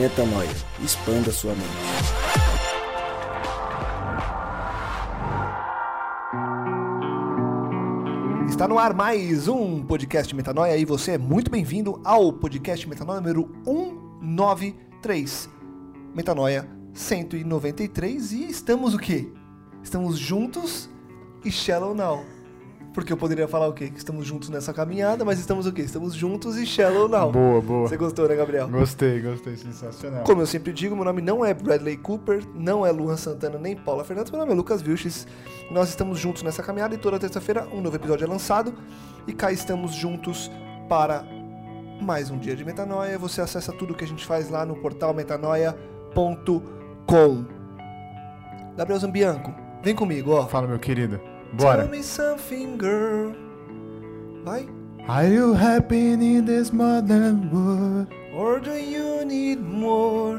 Metanoia. Expanda sua mente. Está no ar mais um podcast Metanoia e você é muito bem-vindo ao podcast Metanoia número 193. Metanoia 193 e estamos o quê? Estamos juntos e Shallow Now. Porque eu poderia falar o quê? Que estamos juntos nessa caminhada, mas estamos o quê? Estamos juntos e Shallow Now. Boa, boa. Você gostou, né, Gabriel? Gostei, sensacional. Como eu sempre digo, meu nome não é Bradley Cooper, não é Luan Santana, nem Paula Fernandes, meu nome é Lucas Vilches. Nós estamos juntos nessa caminhada e toda terça-feira um novo episódio é lançado. E cá estamos juntos para mais um dia de Metanoia. Você acessa tudo que a gente faz lá no portal metanoia.com. Gabriel Zambianco, vem comigo, ó. Fala, meu querido. Bora. Tell me something, girl. Vai. Are you happy in this modern world? Or do you need more?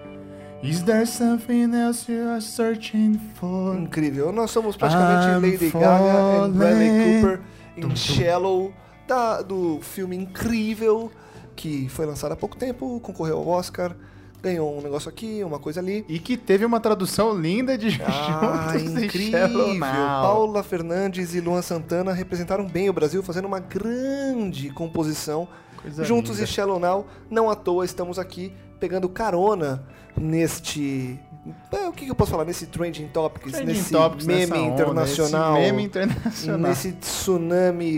Is there something else you are searching for? Incrível. Nós somos praticamente Lady Gaga e Bradley Cooper em Shallow, do filme incrível que foi lançado há pouco tempo, concorreu ao Oscar, ganhou um negócio aqui, uma coisa ali. E que teve uma tradução linda de Juntos incrível. e Paula Fernandes e Luan Santana representaram bem o Brasil, fazendo uma grande composição. Coisa Juntos linda. e Shallow Now. Não à toa estamos aqui pegando carona neste... O que eu posso falar? Nesse Trending Topics, nesse meme internacional, nesse tsunami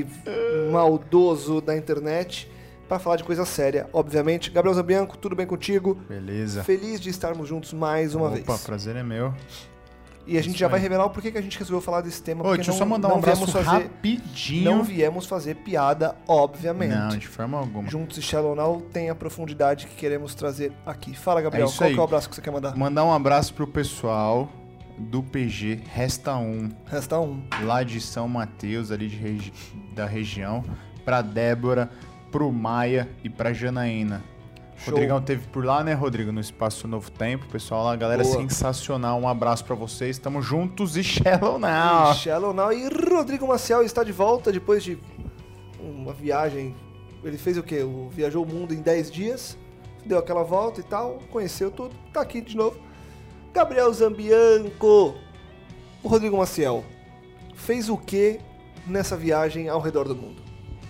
maldoso da internet, para falar de coisa séria, obviamente. Gabriel Zambianco, tudo bem contigo? Beleza. Feliz de estarmos juntos mais uma vez. Opa, prazer é meu. E a gente já vai revelar o porquê que a gente resolveu falar desse tema. Ô, deixa eu só mandar um abraço rapidinho. Não viemos fazer piada, obviamente. Não, de forma alguma. Juntos e Shallow Now tem a profundidade que queremos trazer aqui. Fala, Gabriel, isso qual aí. que é o abraço que você quer mandar? Mandar um abraço pro pessoal do PG Resta 1. Resta um. Lá de São Mateus, ali da região. Pra Débora, pro Maia e pra Janaína. Show. Rodrigão teve por lá, né, Rodrigo? No Espaço Novo Tempo. Pessoal lá, galera Boa. Sensacional. Um abraço pra vocês. Tamo juntos e Shallow Now. Shallow Now. E Rodrigo Maciel está de volta depois de uma viagem. Ele fez o quê? Viajou o mundo em 10 dias. Deu aquela volta e tal. Conheceu tudo. Tá aqui de novo. Gabriel Zambianco. O Rodrigo Maciel fez o quê nessa viagem ao redor do mundo?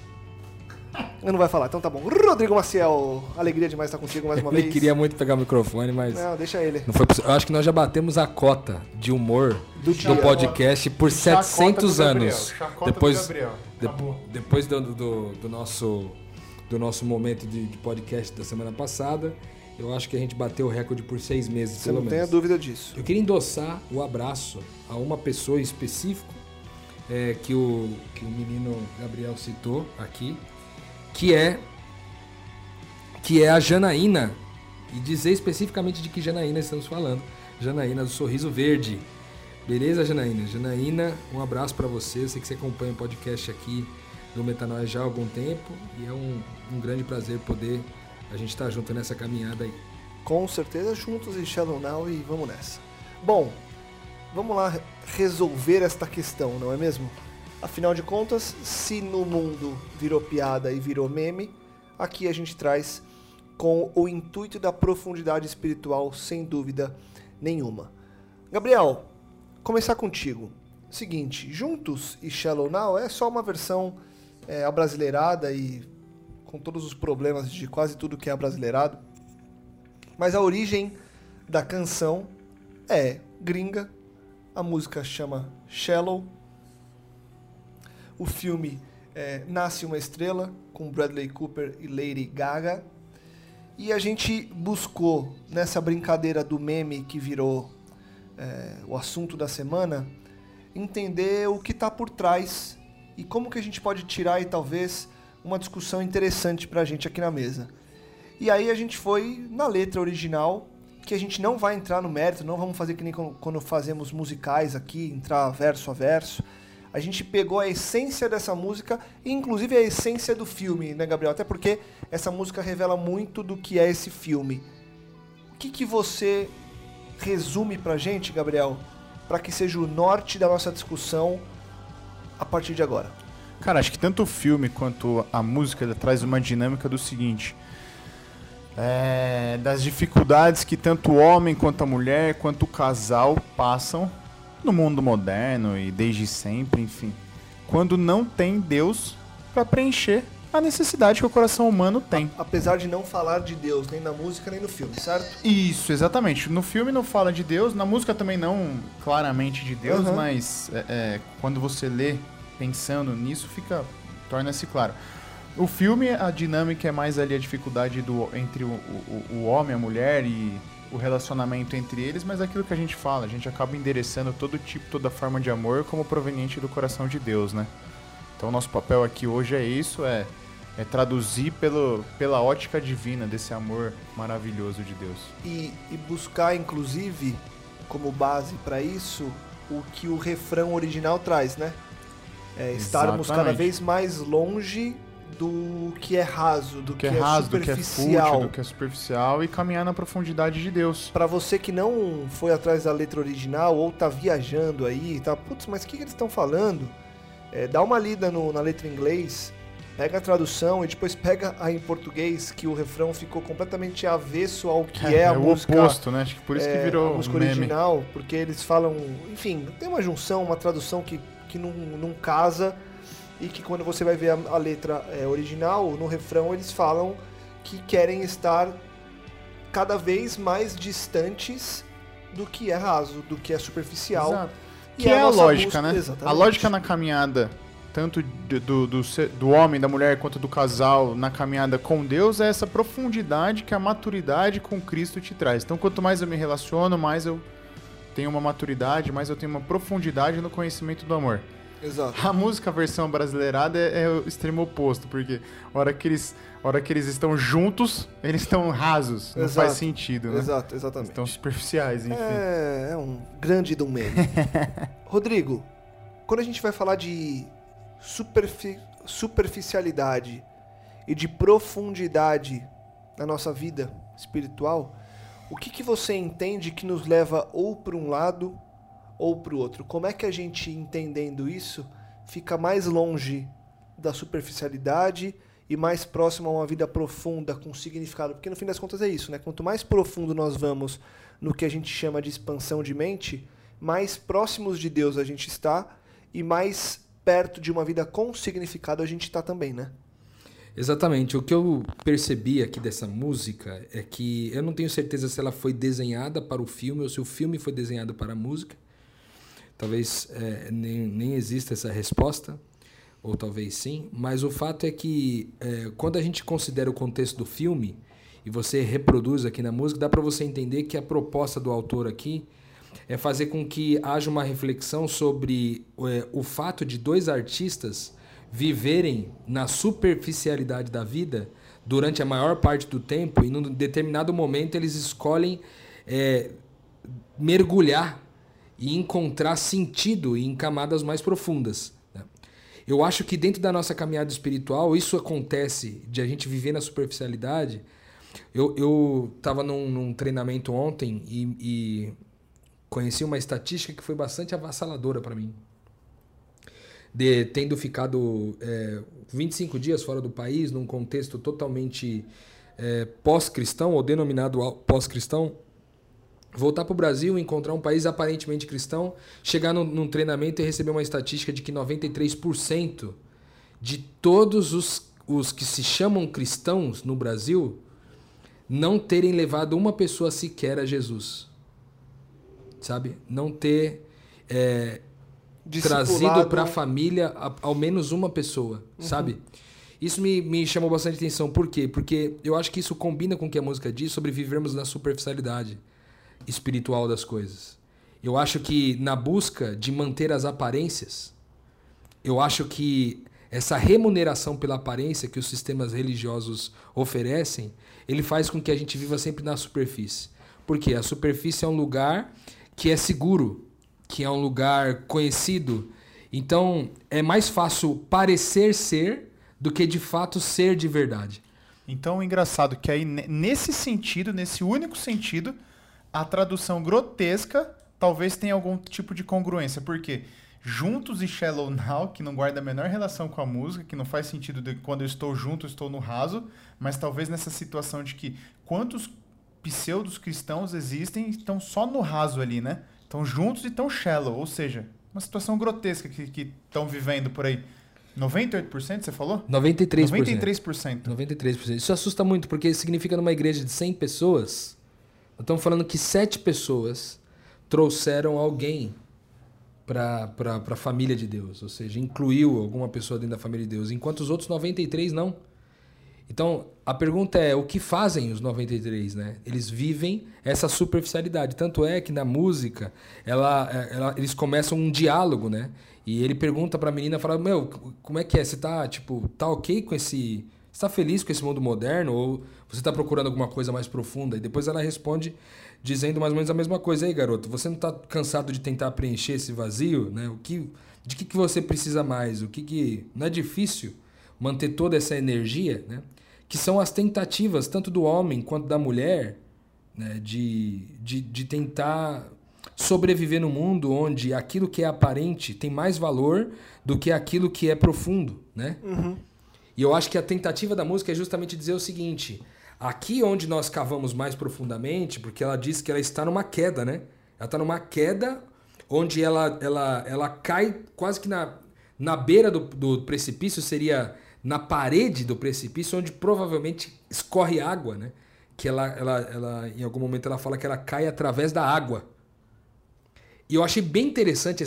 Eu não vai falar, então tá bom. Rodrigo Maciel, alegria demais estar contigo mais uma vez. Ele queria muito pegar o microfone, mas Não, deixa ele. não foi possível. Eu acho que nós já batemos a cota de humor Do dia. do podcast por 700 anos. Depois, Acabou. depois do nosso momento de podcast da semana passada, eu acho que a gente bateu o recorde por 6 meses, Você pelo não menos. tenha dúvida disso. Eu queria endossar o abraço a uma pessoa em específico que o menino Gabriel citou aqui, que é a Janaína, e dizer especificamente de que Janaína estamos falando. Janaína do Sorriso Verde. Beleza, Janaína? Janaína, um abraço pra você. Eu sei que você acompanha o podcast aqui do Metanoia já há algum tempo e é um grande prazer poder a gente estar junto nessa caminhada aí. Com certeza, juntos e Shallow Now e vamos nessa. Bom, vamos lá resolver esta questão, não é mesmo? Afinal de contas, se no mundo virou piada e virou meme, aqui a gente traz com o intuito da profundidade espiritual, sem dúvida nenhuma. Gabriel, começar contigo. Seguinte, Juntos e Shallow Now é só uma versão abrasileirada e com todos os problemas de quase tudo que é abrasileirado, mas a origem da canção é gringa, a música chama Shallow. O filme Nasce uma Estrela, com Bradley Cooper e Lady Gaga. E a gente buscou, nessa brincadeira do meme que virou o assunto da semana, entender o que está por trás e como que a gente pode tirar aí, talvez, uma discussão interessante para a gente aqui na mesa. E aí a gente foi na letra original, que a gente não vai entrar no mérito, não vamos fazer que nem quando fazemos musicais aqui, entrar verso a verso. A gente pegou a essência dessa música, e inclusive a essência do filme, né, Gabriel? Até porque essa música revela muito do que é esse filme. O que você resume pra gente, Gabriel, para que seja o norte da nossa discussão a partir de agora? Cara, acho que tanto o filme quanto a música traz uma dinâmica do seguinte. das dificuldades que tanto o homem quanto a mulher, quanto o casal passam no mundo moderno e desde sempre, enfim. Quando não tem Deus para preencher a necessidade que o coração humano tem. Apesar de não falar de Deus, nem na música, nem no filme, certo? Isso, exatamente. No filme não fala de Deus, na música também não claramente de Deus, mas quando você lê pensando nisso, torna-se claro. O filme, a dinâmica é mais ali a dificuldade entre o homem, a mulher e o relacionamento entre eles, mas é aquilo que a gente fala, a gente acaba endereçando toda forma de amor como proveniente do coração de Deus, né? Então, nosso papel aqui hoje é isso, é traduzir pela ótica divina desse amor maravilhoso de Deus. E buscar, inclusive, como base para isso, o que o refrão original traz, né? Estarmos cada vez mais longe do que é raso, do que é superficial. Do que é superficial e caminhar na profundidade de Deus. Para você que não foi atrás da letra original ou tá viajando aí, tá, putz, mas o que eles estão falando? Dá uma lida na letra em inglês, pega a tradução e depois pega a em português, que o refrão ficou completamente avesso ao que é a música. É o oposto, né? Acho que por isso que virou a música original, porque eles falam, enfim, tem uma junção, uma tradução que não casa, e que quando você vai ver a letra original, no refrão eles falam que querem estar cada vez mais distantes do que é raso, do que é superficial. Exato. Que é a lógica, né? Exatamente. A lógica na caminhada, tanto do homem, da mulher, quanto do casal, na caminhada com Deus, é essa profundidade que a maturidade com Cristo te traz. Então, quanto mais eu me relaciono, mais eu tenho uma maturidade, mais eu tenho uma profundidade no conhecimento do amor. Exato. A música, a versão brasileirada, é o extremo oposto, porque a hora que eles estão juntos, eles estão rasos. Não faz sentido, né? Exatamente. Estão superficiais, enfim. É um grande do meme. Rodrigo, quando a gente vai falar de superficialidade e de profundidade na nossa vida espiritual, o que você entende que nos leva ou para um lado ou para o outro? Como é que a gente, entendendo isso, fica mais longe da superficialidade e mais próximo a uma vida profunda, com significado? Porque no fim das contas é isso, né? Quanto mais profundo nós vamos no que a gente chama de expansão de mente, mais próximos de Deus a gente está e mais perto de uma vida com significado a gente está também, né? Exatamente. O que eu percebi aqui dessa música é que eu não tenho certeza se ela foi desenhada para o filme ou se o filme foi desenhado para a música. Talvez nem exista essa resposta, ou talvez sim, mas o fato é que quando a gente considera o contexto do filme e você reproduz aqui na música, dá para você entender que a proposta do autor aqui é fazer com que haja uma reflexão sobre o fato de dois artistas viverem na superficialidade da vida durante a maior parte do tempo e num determinado momento eles escolhem mergulhar e encontrar sentido em camadas mais profundas. Né? Eu acho que dentro da nossa caminhada espiritual, isso acontece de a gente viver na superficialidade. Eu estava num treinamento ontem e conheci uma estatística que foi bastante avassaladora para mim. Tendo ficado 25 dias fora do país, num contexto totalmente pós-cristão, ou denominado pós-cristão, voltar para o Brasil, encontrar um país aparentemente cristão, chegar num treinamento e receber uma estatística de que 93% de todos os que se chamam cristãos no Brasil não terem levado uma pessoa sequer a Jesus. Sabe? Não ter trazido para a família ao menos uma pessoa, sabe? Isso me chamou bastante atenção. Por quê? Porque eu acho que isso combina com o que a música diz sobre vivermos na superficialidade espiritual das coisas. Eu acho que na busca de manter as aparências, eu acho que essa remuneração pela aparência que os sistemas religiosos oferecem, ele faz com que a gente viva sempre na superfície. Por quê? A superfície é um lugar que é seguro, que é um lugar conhecido. Então, é mais fácil parecer ser do que de fato ser de verdade. Então, o engraçado é que aí, nesse sentido, nesse único sentido, a tradução grotesca talvez tenha algum tipo de congruência. Por quê? Juntos e Shallow Now, que não guarda a menor relação com a música, que não faz sentido de quando eu estou junto, eu estou no raso, mas talvez nessa situação de que quantos pseudos cristãos existem estão só no raso ali, né? Estão juntos e estão shallow, ou seja, uma situação grotesca que estão vivendo por aí. 98% você falou? 93%. 93%. 93%. Isso assusta muito, porque significa numa igreja de 100 pessoas, nós estamos falando que 7 pessoas trouxeram alguém para a família de Deus, ou seja, incluiu alguma pessoa dentro da família de Deus, enquanto os outros 93 não. Então, a pergunta é, o que fazem os 93, né? Eles vivem essa superficialidade. Tanto é que na música, eles começam um diálogo, né? E ele pergunta pra menina, fala, meu, como é que é? Você tá, tá ok com esse... Você tá feliz com esse mundo moderno? Ou você tá procurando alguma coisa mais profunda? E depois ela responde dizendo mais ou menos a mesma coisa. Aí, garoto, você não tá cansado de tentar preencher esse vazio, né? De que você precisa mais? Não é difícil manter toda essa energia, né? Que são as tentativas, tanto do homem quanto da mulher, né? de tentar sobreviver no mundo onde aquilo que é aparente tem mais valor do que aquilo que é profundo, né? Uhum. E eu acho que a tentativa da música é justamente dizer o seguinte, aqui onde nós cavamos mais profundamente, porque ela diz que ela está numa queda, né? Ela está numa queda onde ela cai quase que na beira do precipício, seria na parede do precipício, onde provavelmente escorre água, né? Que ela em algum momento ela fala que ela cai através da água. E eu achei bem interessante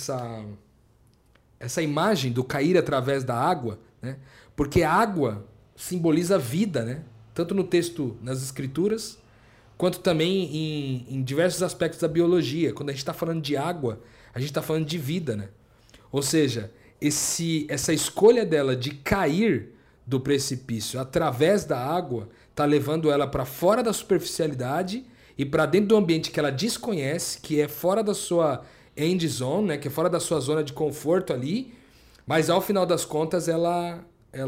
essa imagem do cair através da água, né? Porque a água simboliza vida, né? Tanto no texto, nas escrituras, quanto também em diversos aspectos da biologia. Quando a gente está falando de água, a gente está falando de vida, né? Ou seja, essa escolha dela de cair do precipício através da água está levando ela para fora da superficialidade e para dentro do ambiente que ela desconhece, que é fora da sua end zone, né? Que é fora da sua zona de conforto ali, mas ao final das contas ela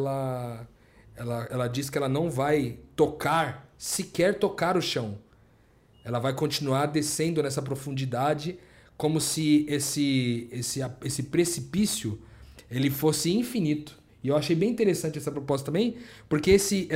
diz que ela não vai sequer tocar o chão. Ela vai continuar descendo nessa profundidade como se esse precipício ele fosse infinito. E eu achei bem interessante essa proposta também, porque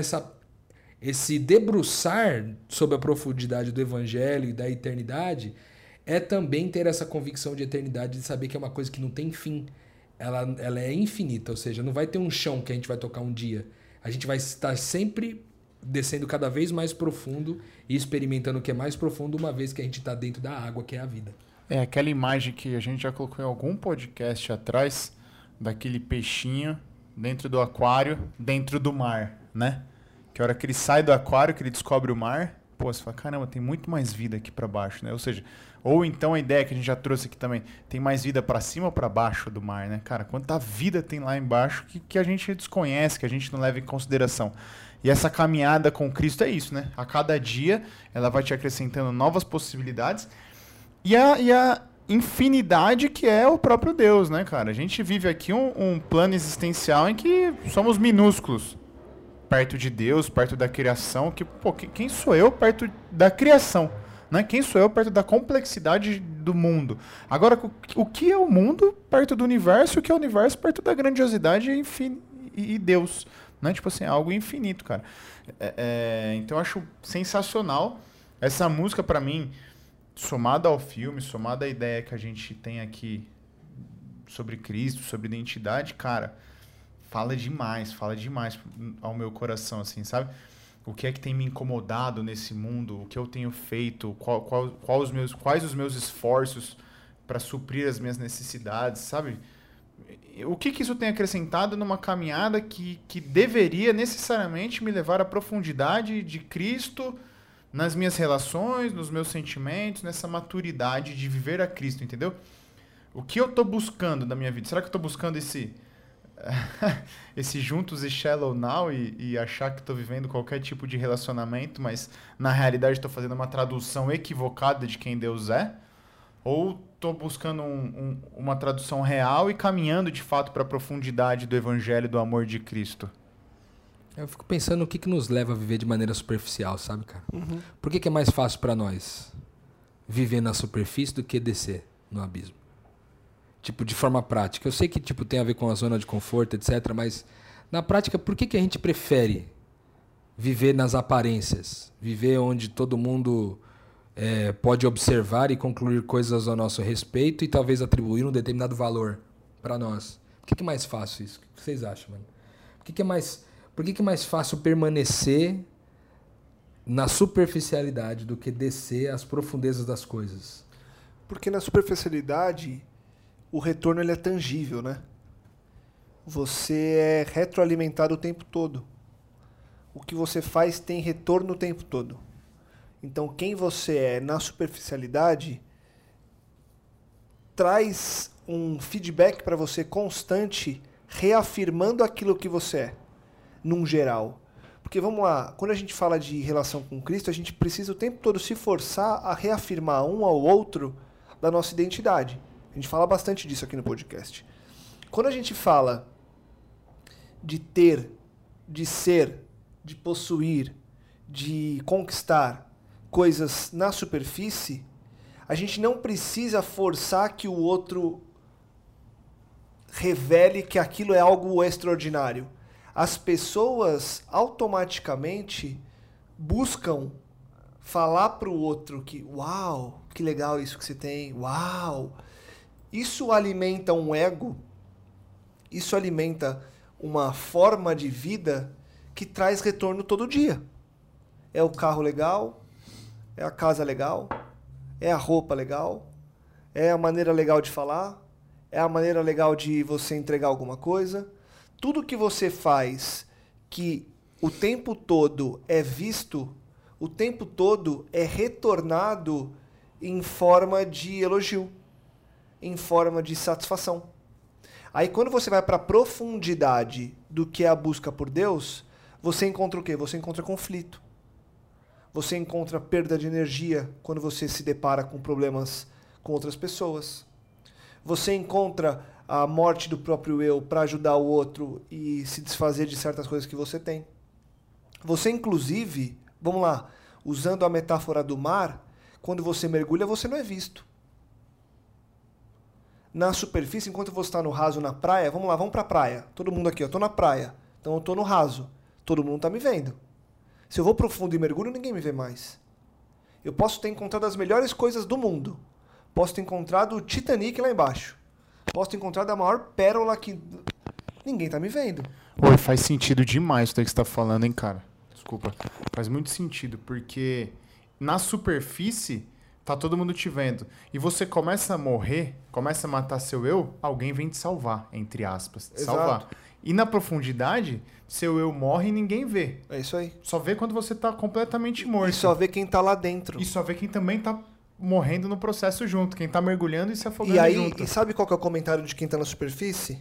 esse debruçar sobre a profundidade do evangelho e da eternidade é também ter essa convicção de eternidade, de saber que é uma coisa que não tem fim. Ela é infinita, ou seja, não vai ter um chão que a gente vai tocar um dia. A gente vai estar sempre descendo cada vez mais profundo e experimentando o que é mais profundo, uma vez que a gente está dentro da água, que é a vida. É aquela imagem que a gente já colocou em algum podcast atrás, daquele peixinho dentro do aquário, dentro do mar, né? Que a hora que ele sai do aquário, que ele descobre o mar, pô, você fala, caramba, tem muito mais vida aqui para baixo, né? Ou seja, ou então a ideia que a gente já trouxe aqui também, tem mais vida para cima ou para baixo do mar, né? Cara, quanta vida tem lá embaixo que a gente desconhece, que a gente não leva em consideração. E essa caminhada com Cristo é isso, né? A cada dia ela vai te acrescentando novas possibilidades e a infinidade que é o próprio Deus, né, cara? A gente vive aqui um plano existencial em que somos minúsculos perto de Deus, perto da criação, que, pô, quem sou eu perto da criação, né? Quem sou eu perto da complexidade do mundo? Agora, o que é o mundo perto do universo, o que é o universo perto da grandiosidade e Deus, né? Tipo assim, algo infinito, cara. Então eu acho sensacional essa música pra mim, somada ao filme, somada à ideia que a gente tem aqui sobre Cristo, sobre identidade, cara, fala demais ao meu coração, assim, sabe? O que é que tem me incomodado nesse mundo, o que eu tenho feito, quais os meus esforços para suprir as minhas necessidades, sabe? O que isso tem acrescentado numa caminhada que deveria necessariamente me levar à profundidade de Cristo nas minhas relações, nos meus sentimentos, nessa maturidade de viver a Cristo, entendeu? O que eu estou buscando na minha vida? Será que eu estou buscando esse juntos e shallow now e achar que estou vivendo qualquer tipo de relacionamento, mas na realidade estou fazendo uma tradução equivocada de quem Deus é? Ou estou buscando uma tradução real e caminhando de fato para a profundidade do evangelho do amor de Cristo? Eu fico pensando o que nos leva a viver de maneira superficial, sabe, cara? Uhum. Por que é mais fácil para nós viver na superfície do que descer no abismo? Tipo, de forma prática. Eu sei que tipo, tem a ver com a zona de conforto, etc. Mas, na prática, por que a gente prefere viver nas aparências? Viver onde todo mundo pode observar e concluir coisas ao nosso respeito e talvez atribuir um determinado valor para nós. Por que é mais fácil isso? O que vocês acham, mano? Por que é mais fácil permanecer na superficialidade do que descer às profundezas das coisas? Porque na superficialidade, o retorno ele é tangível, né? Você é retroalimentado o tempo todo. O que você faz tem retorno o tempo todo. Então, quem você é na superficialidade traz um feedback para você constante, reafirmando aquilo que você é, num geral. Porque, vamos lá, quando a gente fala de relação com Cristo, a gente precisa o tempo todo se forçar a reafirmar um ao outro da nossa identidade. A gente fala bastante disso aqui no podcast. Quando a gente fala de ter, de ser, de possuir, de conquistar coisas na superfície, a gente não precisa forçar que o outro revele que aquilo é algo extraordinário. As pessoas automaticamente buscam falar para o outro que, uau, que legal isso que você tem, uau. Isso alimenta um ego, isso alimenta uma forma de vida que traz retorno todo dia. É o carro legal, é a casa legal, é a roupa legal, é a maneira legal de falar, é a maneira legal de você entregar alguma coisa. Tudo que você faz que o tempo todo é visto, o tempo todo é retornado em forma de elogio, em forma de satisfação. Aí quando você vai para a profundidade do que é a busca por Deus, você encontra o quê? Você encontra conflito. Você encontra perda de energia quando você se depara com problemas com outras pessoas. Você encontra a morte do próprio eu para ajudar o outro e se desfazer de certas coisas que você tem. Você, inclusive, vamos lá, usando a metáfora do mar, quando você mergulha, você não é visto. Na superfície, enquanto você está no raso na praia, vamos lá, vamos para a praia. Todo mundo aqui, eu estou na praia, então eu estou no raso. Todo mundo está me vendo. Se eu vou pro fundo e mergulho, ninguém me vê mais. Eu posso ter encontrado as melhores coisas do mundo. Posso ter encontrado o Titanic lá embaixo. Posso ter encontrado a maior pérola que... Ninguém tá me vendo. Oi, faz sentido demais o que você tá falando, hein, cara? Desculpa. Faz muito sentido, porque na superfície tá todo mundo te vendo. E você começa a morrer, começa a matar seu eu, alguém vem te salvar, entre aspas. Te salvar. E na profundidade, seu eu morre e ninguém vê. É isso aí. Só vê quando você tá completamente morto. E só vê quem tá lá dentro. E só vê quem também tá morrendo no processo junto. Quem tá mergulhando e se afogando e aí, junto. E sabe qual que é o comentário de quem tá na superfície?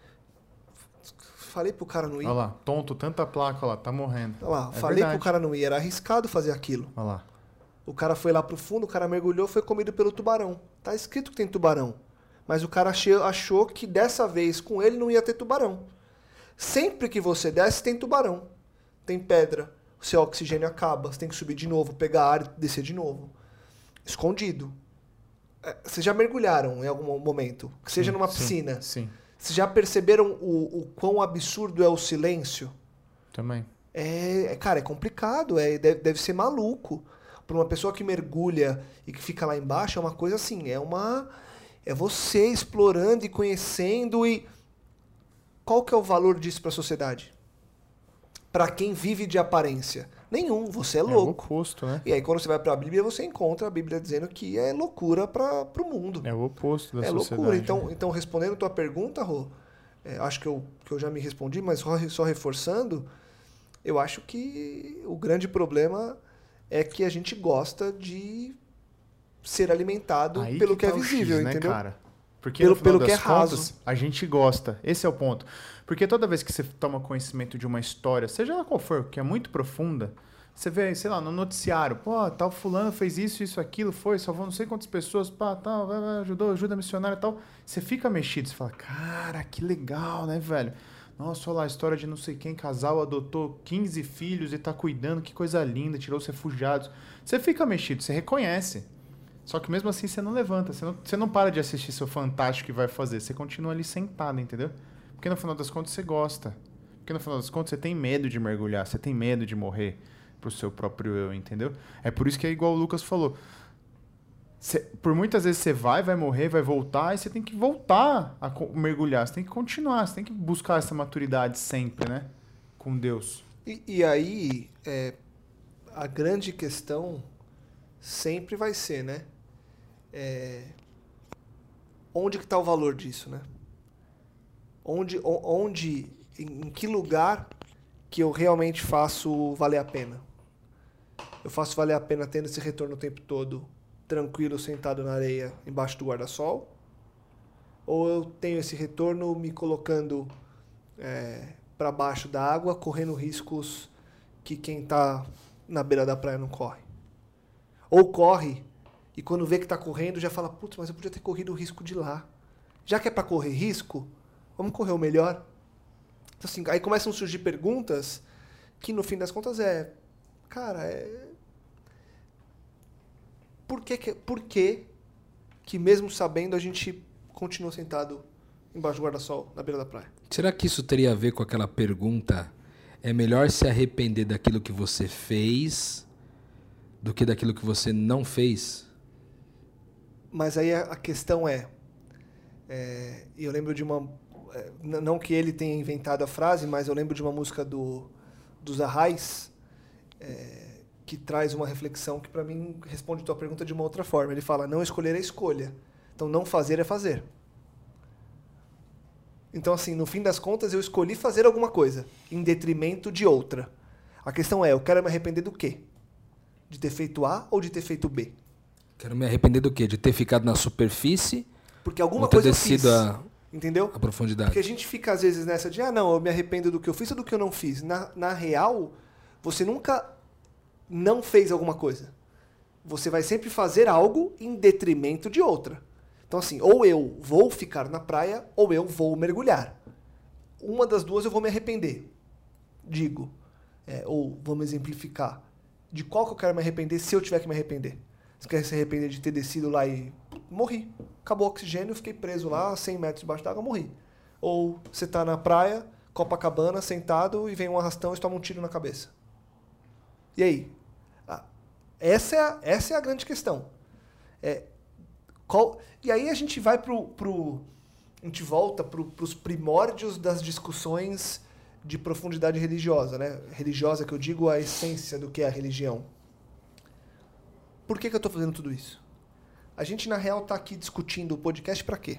Falei pro cara não ir. Olha lá, tonto, tanta placa, olha lá, tá morrendo. Olha lá, É falei verdade. pro cara não ir. Era arriscado fazer aquilo. Olha lá. O cara foi lá pro fundo, o cara mergulhou, foi comido pelo tubarão. Tá escrito que tem tubarão. Mas o cara achou que dessa vez com ele não ia ter tubarão. Sempre que você desce, tem tubarão. Tem pedra. O seu oxigênio acaba. Você tem que subir de novo, pegar ar e descer de novo. Escondido. Vocês já mergulharam em algum momento? Que seja numa piscina. Sim. Vocês já perceberam o quão absurdo é o silêncio? Também. Cara, é complicado. Deve ser maluco. Para uma pessoa que mergulha e que fica lá embaixo, é uma coisa assim. É você explorando e conhecendo e... Qual que é o valor disso para a sociedade? Para quem vive de aparência? Nenhum, você é louco. É o oposto, né? E aí quando você vai para a Bíblia, você encontra a Bíblia dizendo que é loucura para o mundo. É o oposto da sociedade. É loucura. Então respondendo a tua pergunta, Rô, acho que eu já me respondi, mas só reforçando, eu acho que o grande problema é que a gente gosta de ser alimentado Aí pelo que tá é visível, o X, entendeu? Né, cara? Porque pelo que é raso. Contas, a gente gosta. Esse é o ponto. Porque toda vez que você toma conhecimento de uma história, seja ela qual for, que é muito profunda, você vê, sei lá, no noticiário, pô, tal fulano fez isso, aquilo, salvou não sei quantas pessoas, pá, tal, ajudou, ajuda missionária e tal. Você fica mexido, você fala, cara, que legal, né, velho? Nossa, olha lá, a história de não sei quem, casal adotou 15 filhos e tá cuidando, que coisa linda, tirou os refugiados. Você fica mexido, você reconhece. Só que mesmo assim você não levanta, você não para de assistir seu Fantástico que vai fazer, você continua ali sentado, entendeu? Porque no final das contas você gosta. Porque no final das contas você tem medo de mergulhar, você tem medo de morrer pro seu próprio eu, entendeu? É por isso que é igual o Lucas falou. Por muitas vezes você vai morrer, vai voltar, e você tem que voltar a mergulhar, você tem que continuar, você tem que buscar essa maturidade sempre, né? Com Deus. E aí, a grande questão sempre vai ser, né? Onde que está o valor disso, né? Em que lugar que eu realmente faço valer a pena? Eu faço valer a pena tendo esse retorno o tempo todo, tranquilo, sentado na areia, embaixo do guarda-sol? Ou eu tenho esse retorno me colocando para baixo da água, correndo riscos que quem está na beira da praia não corre? Ou corre e quando vê que está correndo já fala, putz, mas eu podia ter corrido o risco de lá. Já que é para correr risco, vamos correr o melhor? Então, assim, aí começam a surgir perguntas que no fim das contas por que mesmo sabendo a gente continua sentado embaixo do guarda-sol na beira da praia? Será que isso teria a ver com aquela pergunta, é melhor se arrepender daquilo que você fez do que daquilo que você não fez? Mas aí a questão eu lembro de uma, não que ele tenha inventado a frase, mas eu lembro de uma música dos Arrais, que traz uma reflexão que para mim responde a tua pergunta de uma outra forma. Ele fala, não escolher é escolha. Então não fazer é fazer. Então assim, no fim das contas eu escolhi fazer alguma coisa em detrimento de outra. A questão eu quero me arrepender do quê? De ter feito A ou de ter feito B? Quero me arrepender do quê? De ter ficado na superfície? Porque alguma ou ter coisa eu descido fiz. Entendeu? A profundidade. Porque a gente fica às vezes nessa de, não, eu me arrependo do que eu fiz ou do que eu não fiz. Na real, você nunca não fez alguma coisa. Você vai sempre fazer algo em detrimento de outra. Então assim, ou eu vou ficar na praia ou eu vou mergulhar. Uma das duas eu vou me arrepender. Digo. Ou vamos exemplificar. De qual que eu quero me arrepender se eu tiver que me arrepender? Você quer se arrepender de ter descido lá e morri? Acabou o oxigênio, fiquei preso lá, 100 metros debaixo d'água, morri. Ou você está na praia, Copacabana, sentado, e vem um arrastão e toma um tiro na cabeça. E aí? Essa é a grande questão. E aí a gente vai a gente volta para os primórdios das discussões de profundidade religiosa, né? Religiosa que eu digo a essência do que é a religião. Por que eu estou fazendo tudo isso? A gente, na real, está aqui discutindo o podcast para quê?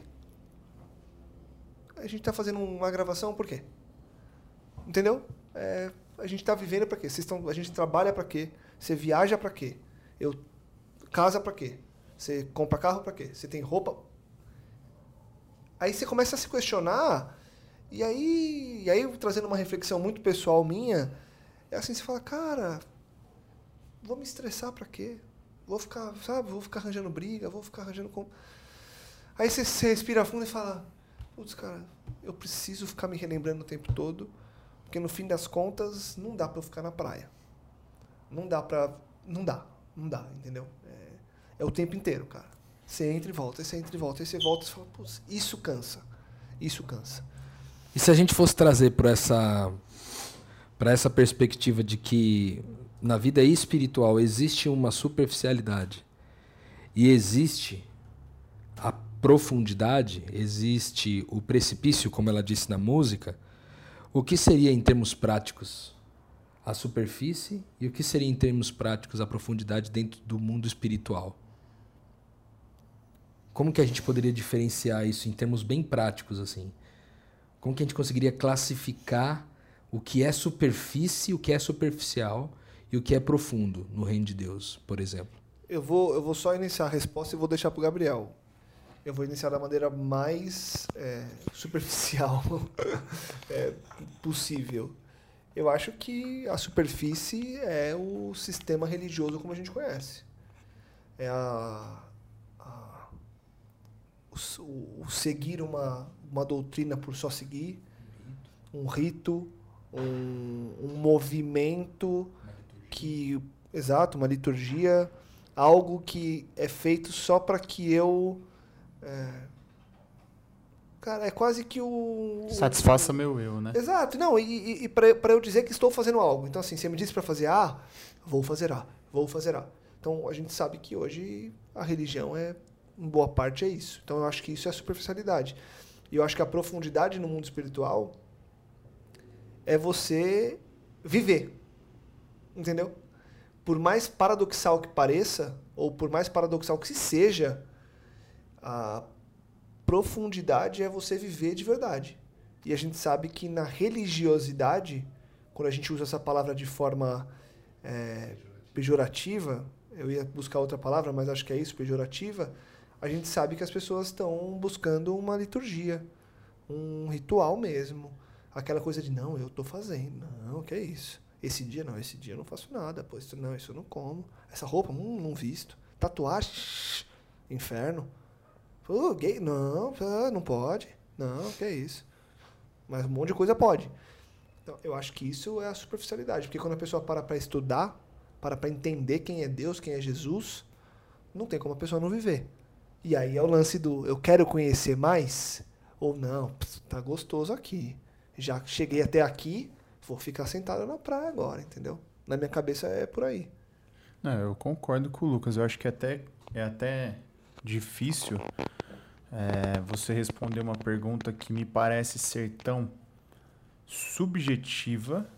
A gente está fazendo uma gravação por quê? Entendeu? A gente está vivendo para quê? A gente trabalha para quê? Você viaja para quê? Casa para quê? Você compra carro para quê? Você tem roupa? Aí você começa a se questionar, e aí trazendo uma reflexão muito pessoal minha, assim, você fala, cara, vou me estressar para quê? Vou ficar arranjando briga, vou ficar arranjando... Aí você respira fundo e fala, putz, cara, eu preciso ficar me relembrando o tempo todo, porque no fim das contas não dá para eu ficar na praia. Não dá, entendeu? É o tempo inteiro, cara. Você entra e volta, aí você entra e volta, aí você volta e você fala, putz, isso cansa. E se a gente fosse trazer para essa perspectiva de que na vida espiritual existe uma superficialidade e existe a profundidade, existe o precipício, como ela disse na música, o que seria em termos práticos a superfície e o que seria em termos práticos a profundidade dentro do mundo espiritual? Como que a gente poderia diferenciar isso em termos bem práticos, assim? Como que a gente conseguiria classificar o que é superfície, o que é superficial e o que é profundo no reino de Deus, por exemplo? Eu vou só iniciar a resposta e vou deixar para o Gabriel. Eu vou iniciar da maneira mais superficial possível. Eu acho que a superfície é o sistema religioso como a gente conhece. É o seguir uma doutrina por só seguir, um rito, um movimento que... Exato, uma liturgia algo que é feito só para que eu... Cara, é quase que o... Satisfaça meu eu, né? Exato. Não, e para eu dizer que estou fazendo algo. Então, assim, você me disse para fazer A, vou fazer A. Vou fazer A. Então, a gente sabe que hoje a religião em boa parte é isso. Então, eu acho que isso é a superficialidade. E eu acho que a profundidade no mundo espiritual é você viver. Entendeu? Por mais paradoxal que pareça, ou por mais paradoxal que se seja, a profundidade é você viver de verdade. E a gente sabe que na religiosidade, quando a gente usa essa palavra de forma pejorativa, eu ia buscar outra palavra, mas acho que é isso, pejorativa, a gente sabe que as pessoas estão buscando uma liturgia, um ritual mesmo. Aquela coisa de, não, eu estou fazendo. Não, que é isso? Esse dia eu não faço nada. Pô, isso eu não como. Essa roupa, não visto. Tatuagem, inferno. Pô, gay, não pode. Não, que é isso? Mas um monte de coisa pode. Então, eu acho que isso é a superficialidade. Porque quando a pessoa para estudar, para entender quem é Deus, quem é Jesus, não tem como a pessoa não viver. E aí é o lance do, eu quero conhecer mais, ou não, tá gostoso aqui. Já cheguei até aqui, vou ficar sentado na praia agora, entendeu? Na minha cabeça é por aí. Não, eu concordo com o Lucas. Eu acho que é até difícil você responder uma pergunta que me parece ser tão subjetiva,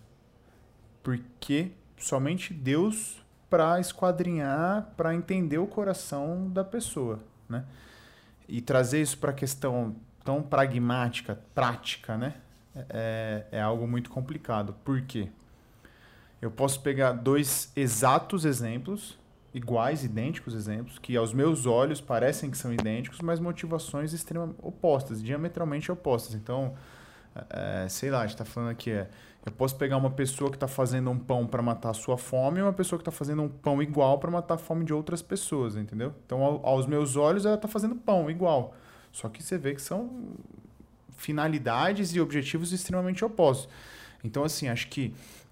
porque somente Deus para esquadrinhar, para entender o coração da pessoa, né? E trazer isso para a questão tão pragmática, prática, né? É algo muito complicado. Por quê? Eu posso pegar dois exatos exemplos, iguais, idênticos exemplos, que aos meus olhos parecem que são idênticos, mas motivações extremamente opostas, diametralmente opostas. Então, sei lá, a gente está falando aqui, eu posso pegar uma pessoa que está fazendo um pão para matar a sua fome e uma pessoa que está fazendo um pão igual para matar a fome de outras pessoas, entendeu? Então, aos meus olhos, ela está fazendo pão igual. Só que você vê que são finalidades e objetivos extremamente opostos. Então, assim, acho que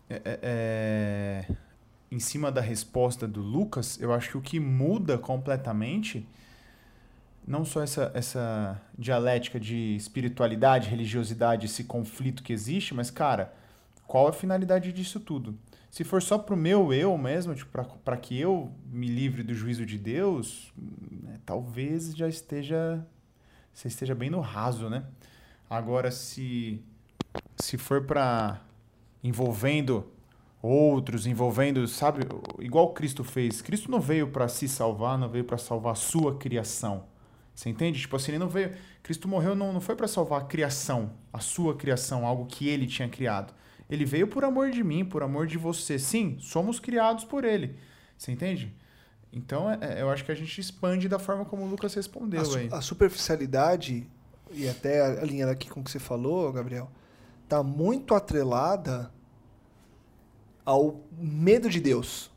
em cima da resposta do Lucas, eu acho que o que muda completamente, não só essa dialética de espiritualidade, religiosidade, esse conflito que existe, mas, cara, qual a finalidade disso tudo? Se for só pro meu eu mesmo, tipo, para que eu me livre do juízo de Deus, talvez você esteja bem no raso, né? Agora, se for para envolvendo outros, sabe, igual Cristo fez. Cristo não veio para se salvar, não veio para salvar a sua criação. Você entende? Tipo assim, ele não veio... Cristo morreu não foi para salvar a criação, a sua criação, algo que ele tinha criado. Ele veio por amor de mim, por amor de você. Sim, somos criados por ele. Você entende? Então, eu acho que a gente expande da forma como o Lucas respondeu. A superficialidade, e até alinhando aqui com o que você falou, Gabriel, tá muito atrelada ao medo de Deus.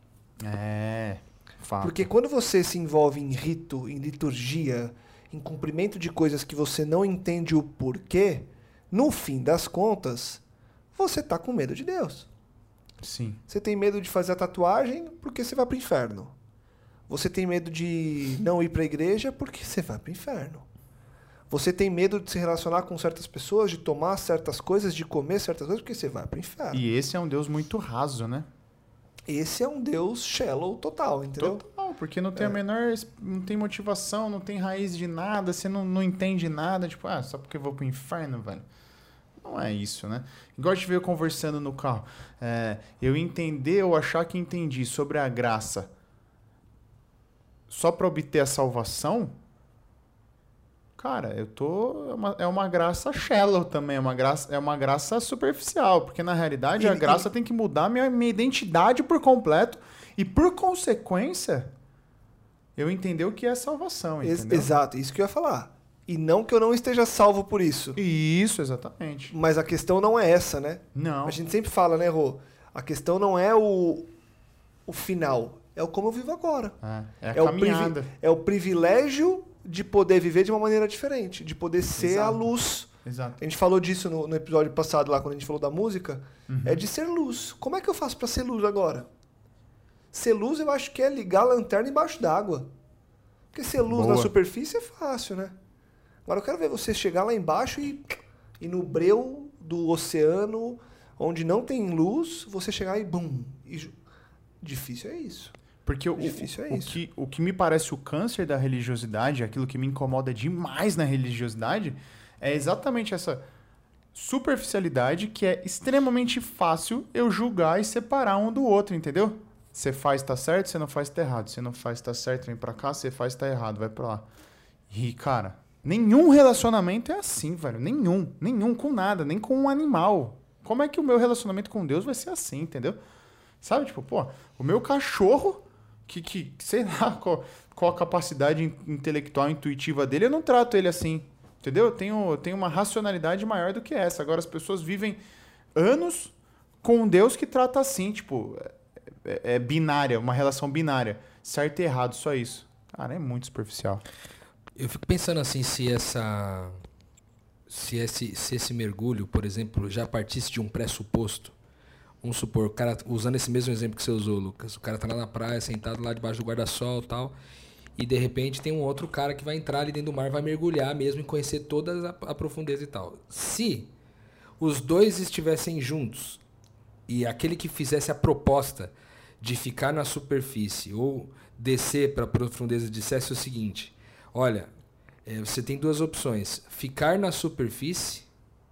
Fato. Porque quando você se envolve em rito, em liturgia, em cumprimento de coisas que você não entende o porquê, no fim das contas, você tá com medo de Deus. Sim. Você tem medo de fazer a tatuagem porque você vai pro inferno. Você tem medo de não ir pra igreja porque você vai pro inferno. Você tem medo de se relacionar com certas pessoas, de tomar certas coisas, de comer certas coisas, porque você vai pro inferno. E esse é um Deus muito raso, né? Esse é um Deus shallow total, entendeu? Total, porque não tem não tem motivação, não tem raiz de nada, você não entende nada, tipo, só porque eu vou pro inferno, velho. Não é isso, né? Igual a gente veio conversando no carro. Eu entender ou achar que entendi sobre a graça só para obter a salvação... Cara, é uma graça shallow também, é uma graça superficial, porque na realidade a graça tem que mudar minha identidade por completo e por consequência eu entender o que é salvação, entendeu? Exato, isso que eu ia falar. E não que eu não esteja salvo por isso. Isso, exatamente. Mas a questão não é essa, né? Não. A gente sempre fala, né, Rô? A questão não é o final, é o como eu vivo agora. É a caminhada. É o privilégio de poder viver de uma maneira diferente, de poder ser a luz. Exato. A gente falou disso no episódio passado lá, quando a gente falou da música, é de ser luz. Como é que eu faço para ser luz agora? Ser luz eu acho que é ligar a lanterna embaixo d'água. Porque ser luz Boa. na superfície é fácil, né? Agora eu quero ver você chegar lá embaixo e no breu do oceano, onde não tem luz, você chegar e bum. Difícil é isso. Porque Difícil é isso. O que me parece o câncer da religiosidade, aquilo que me incomoda demais na religiosidade, é exatamente essa superficialidade que é extremamente fácil eu julgar e separar um do outro, entendeu? Você faz, tá certo, você não faz, tá errado. Você não faz, tá certo, vem pra cá, você faz, tá errado, vai pra lá. E, cara, nenhum relacionamento é assim, velho. Nenhum com nada, nem com um animal. Como é que o meu relacionamento com Deus vai ser assim, entendeu? Sabe, tipo, pô, o meu cachorro, que sei lá qual a capacidade intelectual, intuitiva dele, eu não trato ele assim, entendeu? Eu tenho uma racionalidade maior do que essa. Agora as pessoas vivem anos com um Deus que trata assim, tipo, é binária, uma relação binária. Certo e errado, só isso. Cara, é muito superficial. Eu fico pensando assim, se esse mergulho, por exemplo, já partisse de um pressuposto. Vamos supor, o cara, usando esse mesmo exemplo que você usou, Lucas, o cara tá lá na praia, sentado lá debaixo do guarda-sol e tal, e de repente tem um outro cara que vai entrar ali dentro do mar, vai mergulhar mesmo e conhecer toda a profundeza e tal. Se os dois estivessem juntos e aquele que fizesse a proposta de ficar na superfície ou descer para a profundeza dissesse o seguinte: olha, você tem duas opções, ficar na superfície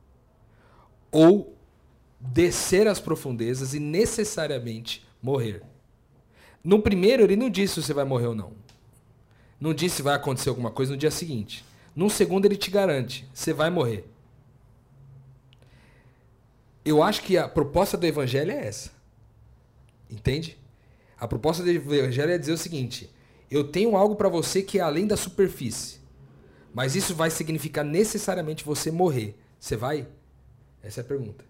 ou descer às profundezas e necessariamente morrer. No primeiro, ele não disse se você vai morrer ou não. Não disse se vai acontecer alguma coisa no dia seguinte. No segundo, ele te garante, você vai morrer. Eu acho que a proposta do evangelho é essa. Entende? A proposta do evangelho é dizer o seguinte: eu tenho algo para você que é além da superfície. Mas isso vai significar necessariamente você morrer. Você vai? Essa é a pergunta.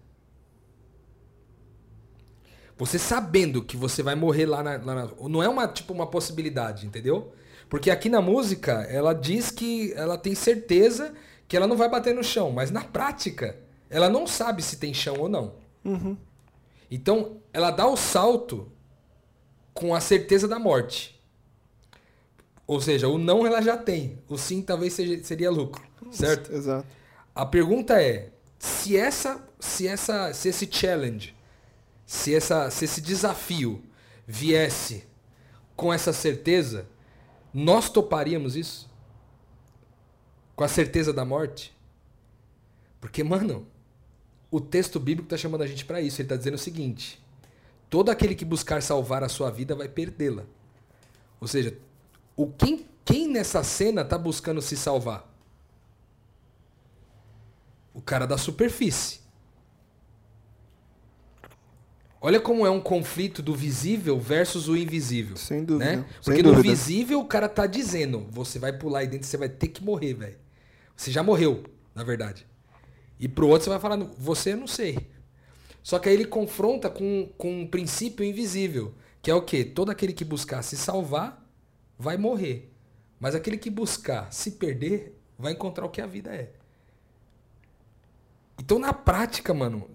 Você sabendo que você vai morrer lá na... Não é uma possibilidade, entendeu? Porque aqui na música, ela diz que ela tem certeza que ela não vai bater no chão. Mas na prática, ela não sabe se tem chão ou não. Uhum. Então, ela dá o salto com a certeza da morte. Ou seja, o não ela já tem. O sim talvez seria lucro. Certo? Exato. A pergunta é, se esse challenge, se esse desafio viesse com essa certeza, nós toparíamos isso? Com a certeza da morte? Porque, mano, o texto bíblico está chamando a gente para isso. Ele está dizendo o seguinte: todo aquele que buscar salvar a sua vida vai perdê-la. Ou seja, quem nessa cena está buscando se salvar? O cara da superfície. Olha como é um conflito do visível versus o invisível. Sem dúvida. Né? Porque no visível o cara tá dizendo, você vai pular aí dentro, você vai ter que morrer, velho. Você já morreu, na verdade. E pro outro você vai falar, você eu não sei. Só que aí ele confronta com um princípio invisível, que é o quê? Todo aquele que buscar se salvar vai morrer. Mas aquele que buscar se perder vai encontrar o que a vida é. Então, na prática, mano,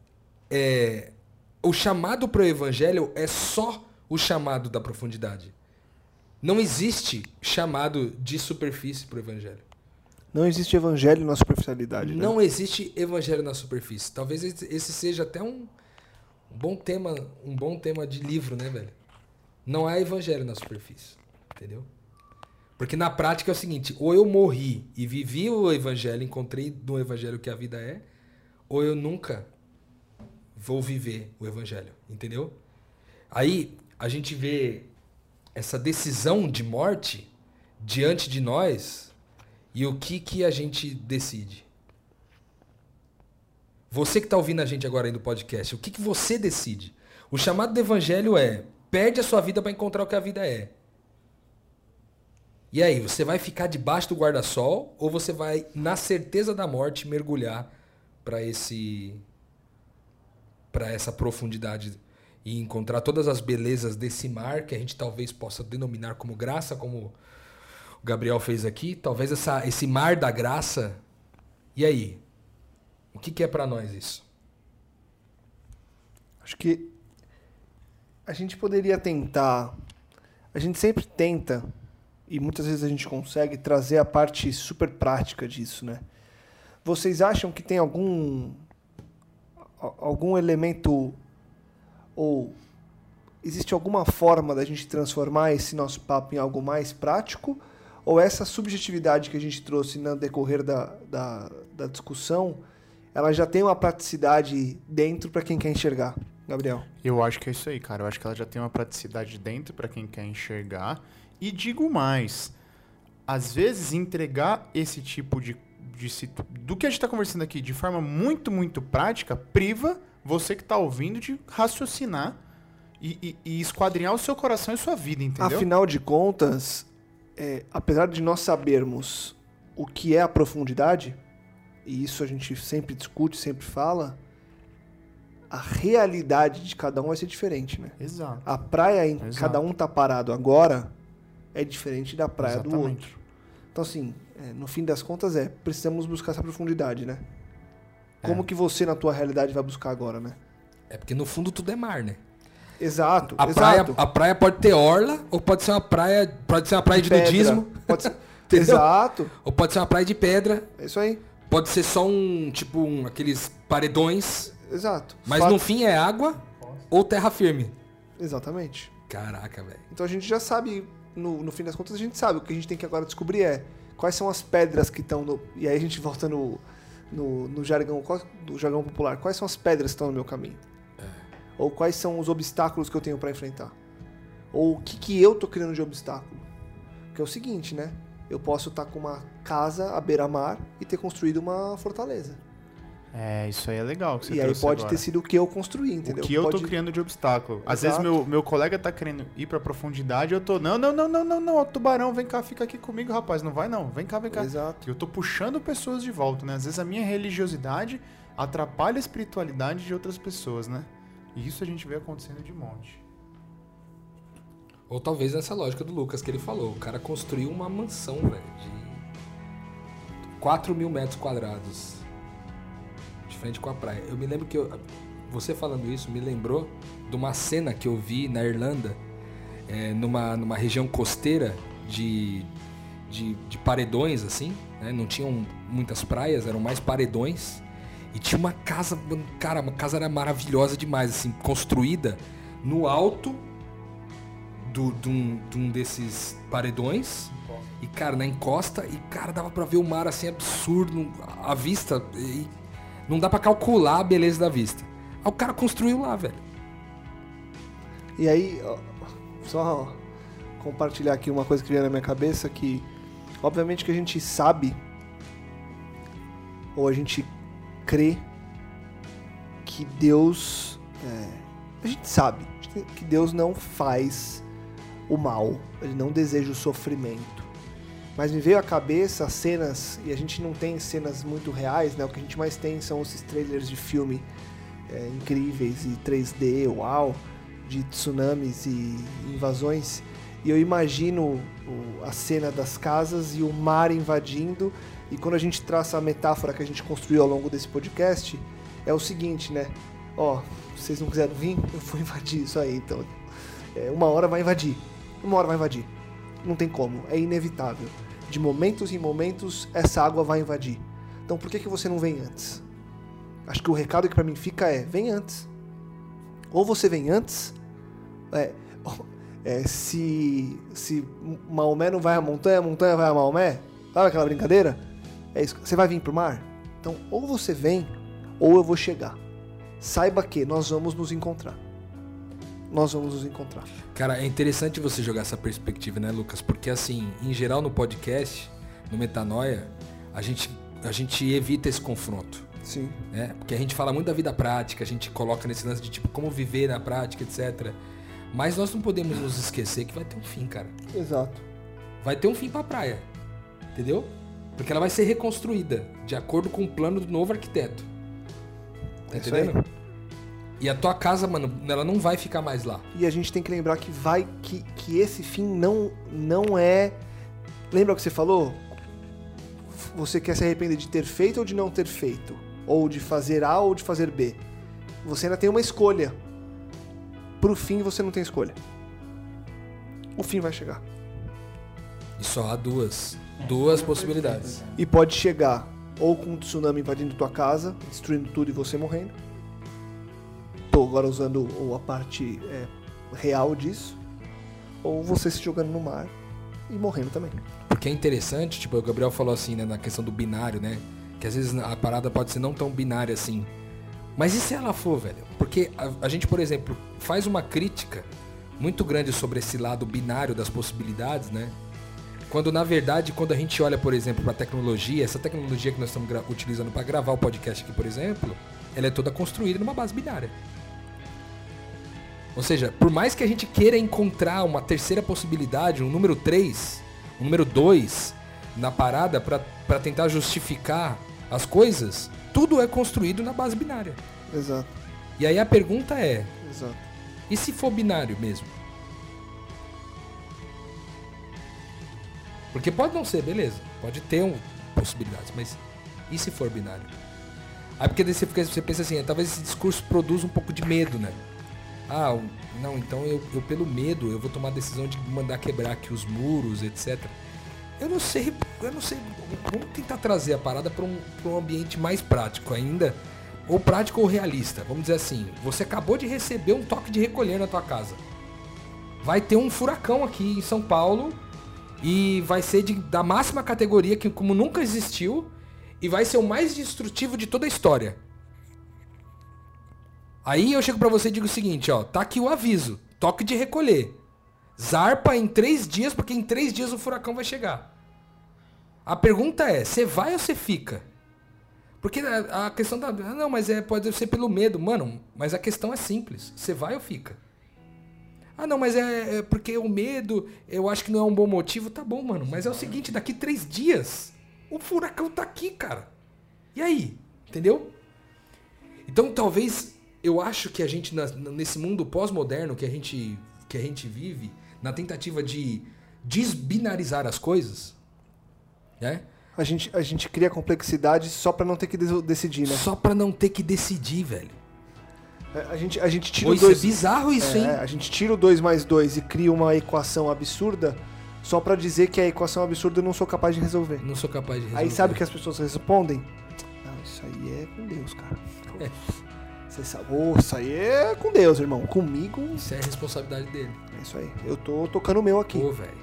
o chamado para o evangelho é só o chamado da profundidade. Não existe chamado de superfície para o evangelho. Não existe evangelho na superficialidade. Não né? existe evangelho na superfície. Talvez esse seja até um bom tema de livro, né, velho? Não há evangelho na superfície. Entendeu? Porque na prática é o seguinte: ou eu morri e vivi o evangelho, encontrei no evangelho que a vida é, ou eu nunca vou viver o evangelho, entendeu? Aí a gente vê essa decisão de morte diante de nós e o que a gente decide. Você que está ouvindo a gente agora aí no podcast, o que você decide? O chamado do evangelho é: perde a sua vida para encontrar o que a vida é. E aí, você vai ficar debaixo do guarda-sol ou você vai, na certeza da morte, mergulhar para essa profundidade e encontrar todas as belezas desse mar que a gente talvez possa denominar como graça, como o Gabriel fez aqui, talvez esse mar da graça. E aí? O que é para nós isso? Acho que A gente poderia tentar... A gente sempre tenta, e muitas vezes a gente consegue, trazer a parte super prática disso, né? Vocês acham que tem algum elemento ou existe alguma forma da gente transformar esse nosso papo em algo mais prático? Ou essa subjetividade que a gente trouxe no decorrer da discussão, ela já tem uma praticidade dentro para quem quer enxergar? Gabriel? Eu acho que é isso aí, cara. Eu acho que ela já tem uma praticidade dentro para quem quer enxergar. E digo mais, às vezes entregar esse tipo do que a gente está conversando aqui de forma muito, muito prática, priva você que está ouvindo de raciocinar e esquadrinhar o seu coração e sua vida, entendeu? Afinal de contas, apesar de nós sabermos o que é a profundidade, e isso a gente sempre discute, sempre fala, a realidade de cada um vai ser diferente, né? Exato. A praia em que cada um tá parado agora é diferente da praia do outro. Então, assim, no fim das contas precisamos buscar essa profundidade, né? Como que você, na tua realidade, vai buscar agora, né? É porque no fundo tudo é mar, né? Exato. A praia pode ter orla, ou pode ser uma praia de nudismo. Pode ser... Exato. Ou pode ser uma praia de pedra. É isso aí. Pode ser só aqueles paredões. Exato. Mas no fim é água ou terra firme. Exatamente. Caraca, velho. Então a gente já sabe, no fim das contas, a gente sabe. O que a gente tem que agora descobrir quais são as pedras que estão no... E aí a gente volta no jargão, do jargão popular. Quais são as pedras que estão no meu caminho? Ou quais são os obstáculos que eu tenho para enfrentar? Ou o que eu tô criando de obstáculo? Porque é o seguinte, né? Eu posso estar com uma casa à beira-mar e ter construído uma fortaleza. Isso aí é legal que você trouxe. E aí pode agora ter sido o que eu construí, entendeu? O que eu tô criando de obstáculo. Às vezes meu colega tá querendo ir pra profundidade, eu tô, não, tubarão, vem cá, fica aqui comigo, rapaz, não vai não, vem cá. Exato. Eu tô puxando pessoas de volta, né? Às vezes a minha religiosidade atrapalha a espiritualidade de outras pessoas, né? E isso a gente vê acontecendo de monte. Ou talvez nessa lógica do Lucas que ele falou, o cara construiu uma mansão, velho, de 4.000 metros quadrados. De frente com a praia. Eu me lembro que você falando isso me lembrou de uma cena que eu vi na Irlanda, numa região costeira de paredões, assim, né? Não tinham muitas praias, eram mais paredões. E tinha uma casa, cara, uma casa era maravilhosa demais, assim, construída no alto de um desses paredões. E, cara, na encosta, e, cara, dava pra ver o mar, assim, absurdo, a vista... Não dá pra calcular a beleza da vista. Aí o cara construiu lá, velho. E aí, só compartilhar aqui uma coisa que veio na minha cabeça, que obviamente que a gente sabe, ou a gente crê, que Deus... a gente sabe que Deus não faz o mal, Ele não deseja o sofrimento. Mas me veio à cabeça as cenas, e a gente não tem cenas muito reais, né? O que a gente mais tem são esses trailers de filme incríveis e 3D, uau, de tsunamis e invasões. E eu imagino a cena das casas e o mar invadindo. E quando a gente traça a metáfora que a gente construiu ao longo desse podcast, é o seguinte, né? Vocês não quiseram vir? Eu vou invadir isso aí, então. Uma hora vai invadir. Não tem como, é inevitável. De momentos em momentos, essa água vai invadir. Então por que você não vem antes? Acho que o recado que pra mim fica vem antes. Ou você vem antes, se Maomé não vai à montanha, a montanha vai a Maomé, sabe aquela brincadeira? É isso, você vai vir pro mar? Então ou você vem, ou eu vou chegar. Saiba que nós vamos nos encontrar. Cara, é interessante você jogar essa perspectiva, né, Lucas? Porque, assim, em geral no podcast, no Metanoia, a gente evita esse confronto. Sim. Né? Porque a gente fala muito da vida prática, a gente coloca nesse lance de, tipo, como viver na prática, etc. Mas nós não podemos nos esquecer que vai ter um fim, cara. Exato. Vai ter um fim pra praia. Entendeu? Porque ela vai ser reconstruída de acordo com o plano do novo arquiteto. Tá entendendo? Aí. E a tua casa, mano, ela não vai ficar mais lá. E a gente tem que lembrar que esse fim não é... Lembra o que você falou? Você quer se arrepender de ter feito ou de não ter feito? Ou de fazer A ou de fazer B? Você ainda tem uma escolha. pro fim você não tem escolha. O fim vai chegar. E só há duas possibilidades. E pode chegar ou com um tsunami invadindo tua casa, destruindo tudo e você morrendo. Tô agora usando a parte real disso. Ou você se jogando no mar e morrendo também. Porque é interessante, tipo, o Gabriel falou assim, né, na questão do binário, né? Que às vezes a parada pode ser não tão binária assim. Mas e se ela for, velho? Porque a gente, por exemplo, faz uma crítica muito grande sobre esse lado binário das possibilidades, né? Quando, na verdade, quando a gente olha, por exemplo, para a tecnologia, essa tecnologia que nós estamos utilizando para gravar o podcast aqui, por exemplo, ela é toda construída numa base binária. Ou seja, por mais que a gente queira encontrar uma terceira possibilidade, um número 3, um número 2 na parada para tentar justificar as coisas, tudo é construído na base binária. Exato. E aí a pergunta é, Exato. e se for binário mesmo? Porque pode não ser, beleza. Pode ter possibilidades, mas e se for binário? Aí porque daí você pensa assim, talvez esse discurso produza um pouco de medo, né? Ah, não, então eu pelo medo, eu vou tomar a decisão de mandar quebrar aqui os muros, etc. Eu não sei. Vamos tentar trazer a parada para um ambiente mais prático ainda. Ou prático ou realista. Vamos dizer assim, você acabou de receber um toque de recolher na tua casa. Vai ter um furacão aqui em São Paulo e vai ser da máxima categoria, que como nunca existiu, e vai ser o mais destrutivo de toda a história. Aí eu chego pra você e digo o seguinte, ó, tá aqui o aviso, toque de recolher. Zarpa em 3 dias, porque em 3 dias o furacão vai chegar. A pergunta é, você vai ou você fica? Porque a questão da... Não, mas pode ser pelo medo. Mano, mas a questão é simples. Você vai ou fica? Ah, não, mas é porque o medo, eu acho que não é um bom motivo. Tá bom, mano, mas é o seguinte, daqui 3 dias, o furacão tá aqui, cara. E aí? Entendeu? Então, talvez, eu acho que a gente, nesse mundo pós-moderno que a gente vive, na tentativa de desbinarizar as coisas, né? A gente cria complexidade só pra não ter que decidir, né? Só pra não ter que decidir, velho. A gente tira Pô, o isso 2... é bizarro isso, hein? A gente tira o 2 mais 2 e cria uma equação absurda só pra dizer que a equação absurda eu não sou capaz de resolver. Não sou capaz de resolver. Aí sabe o que as pessoas respondem? Não, isso aí é com Deus, cara. Você sabe, isso aí é com Deus, irmão. Comigo... Isso é a responsabilidade dele. É isso aí. Eu tô tocando o meu aqui. Pô, velho.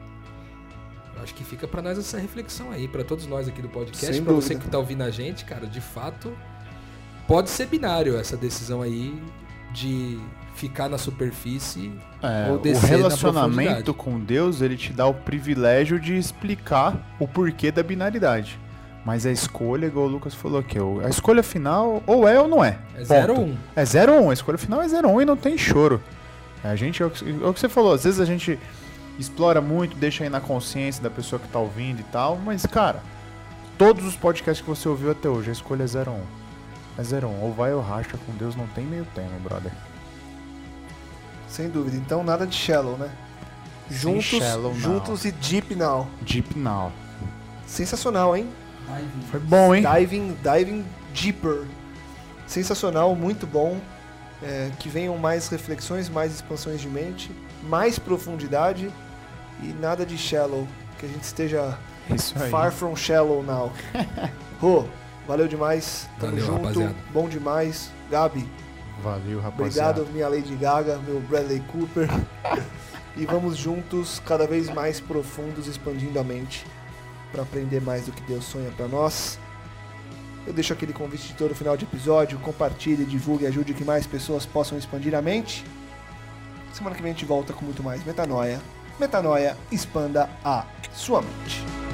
Eu acho que fica pra nós essa reflexão aí, pra todos nós aqui do podcast, Sem pra dúvida. você que tá ouvindo a gente, cara, de fato, pode ser binário essa decisão aí de ficar na superfície ou O descer na profundidade. relacionamento com Deus, ele te dá o privilégio de explicar o porquê da binaridade. Mas a escolha, igual o Lucas falou aqui, a escolha final ou é ou não é. É 0 ou Ponto. 1. É 0 ou 1, a escolha final é 0 ou 1 e não tem choro. A gente, é o que você falou, às vezes a gente explora muito, deixa aí na consciência da pessoa que tá ouvindo e tal, mas cara, todos os podcasts que você ouviu até hoje, a escolha é 0 ou 1. É 0 ou 1, ou vai ou racha, com Deus não tem meio termo, brother. Sem dúvida. Então nada de shallow, né? Juntos e deep now. Deep now. Sensacional, hein? Foi bom, hein? Diving deeper. Sensacional, muito bom. Que venham mais reflexões, mais expansões de mente, mais profundidade e nada de shallow. Que a gente esteja Isso aí. far from shallow now. Rô, valeu demais. Tamo Valeu, junto. rapaziada. Bom demais. Gabi, Valeu, rapaziada. obrigado, minha Lady Gaga, meu Bradley Cooper. E vamos juntos, cada vez mais profundos, expandindo a mente para aprender mais do que Deus sonha para nós. Eu deixo aquele convite de todo final de episódio. Compartilhe, divulgue, ajude que mais pessoas possam expandir a mente. Semana que vem a gente volta com muito mais Metanoia. Metanoia, expanda a sua mente.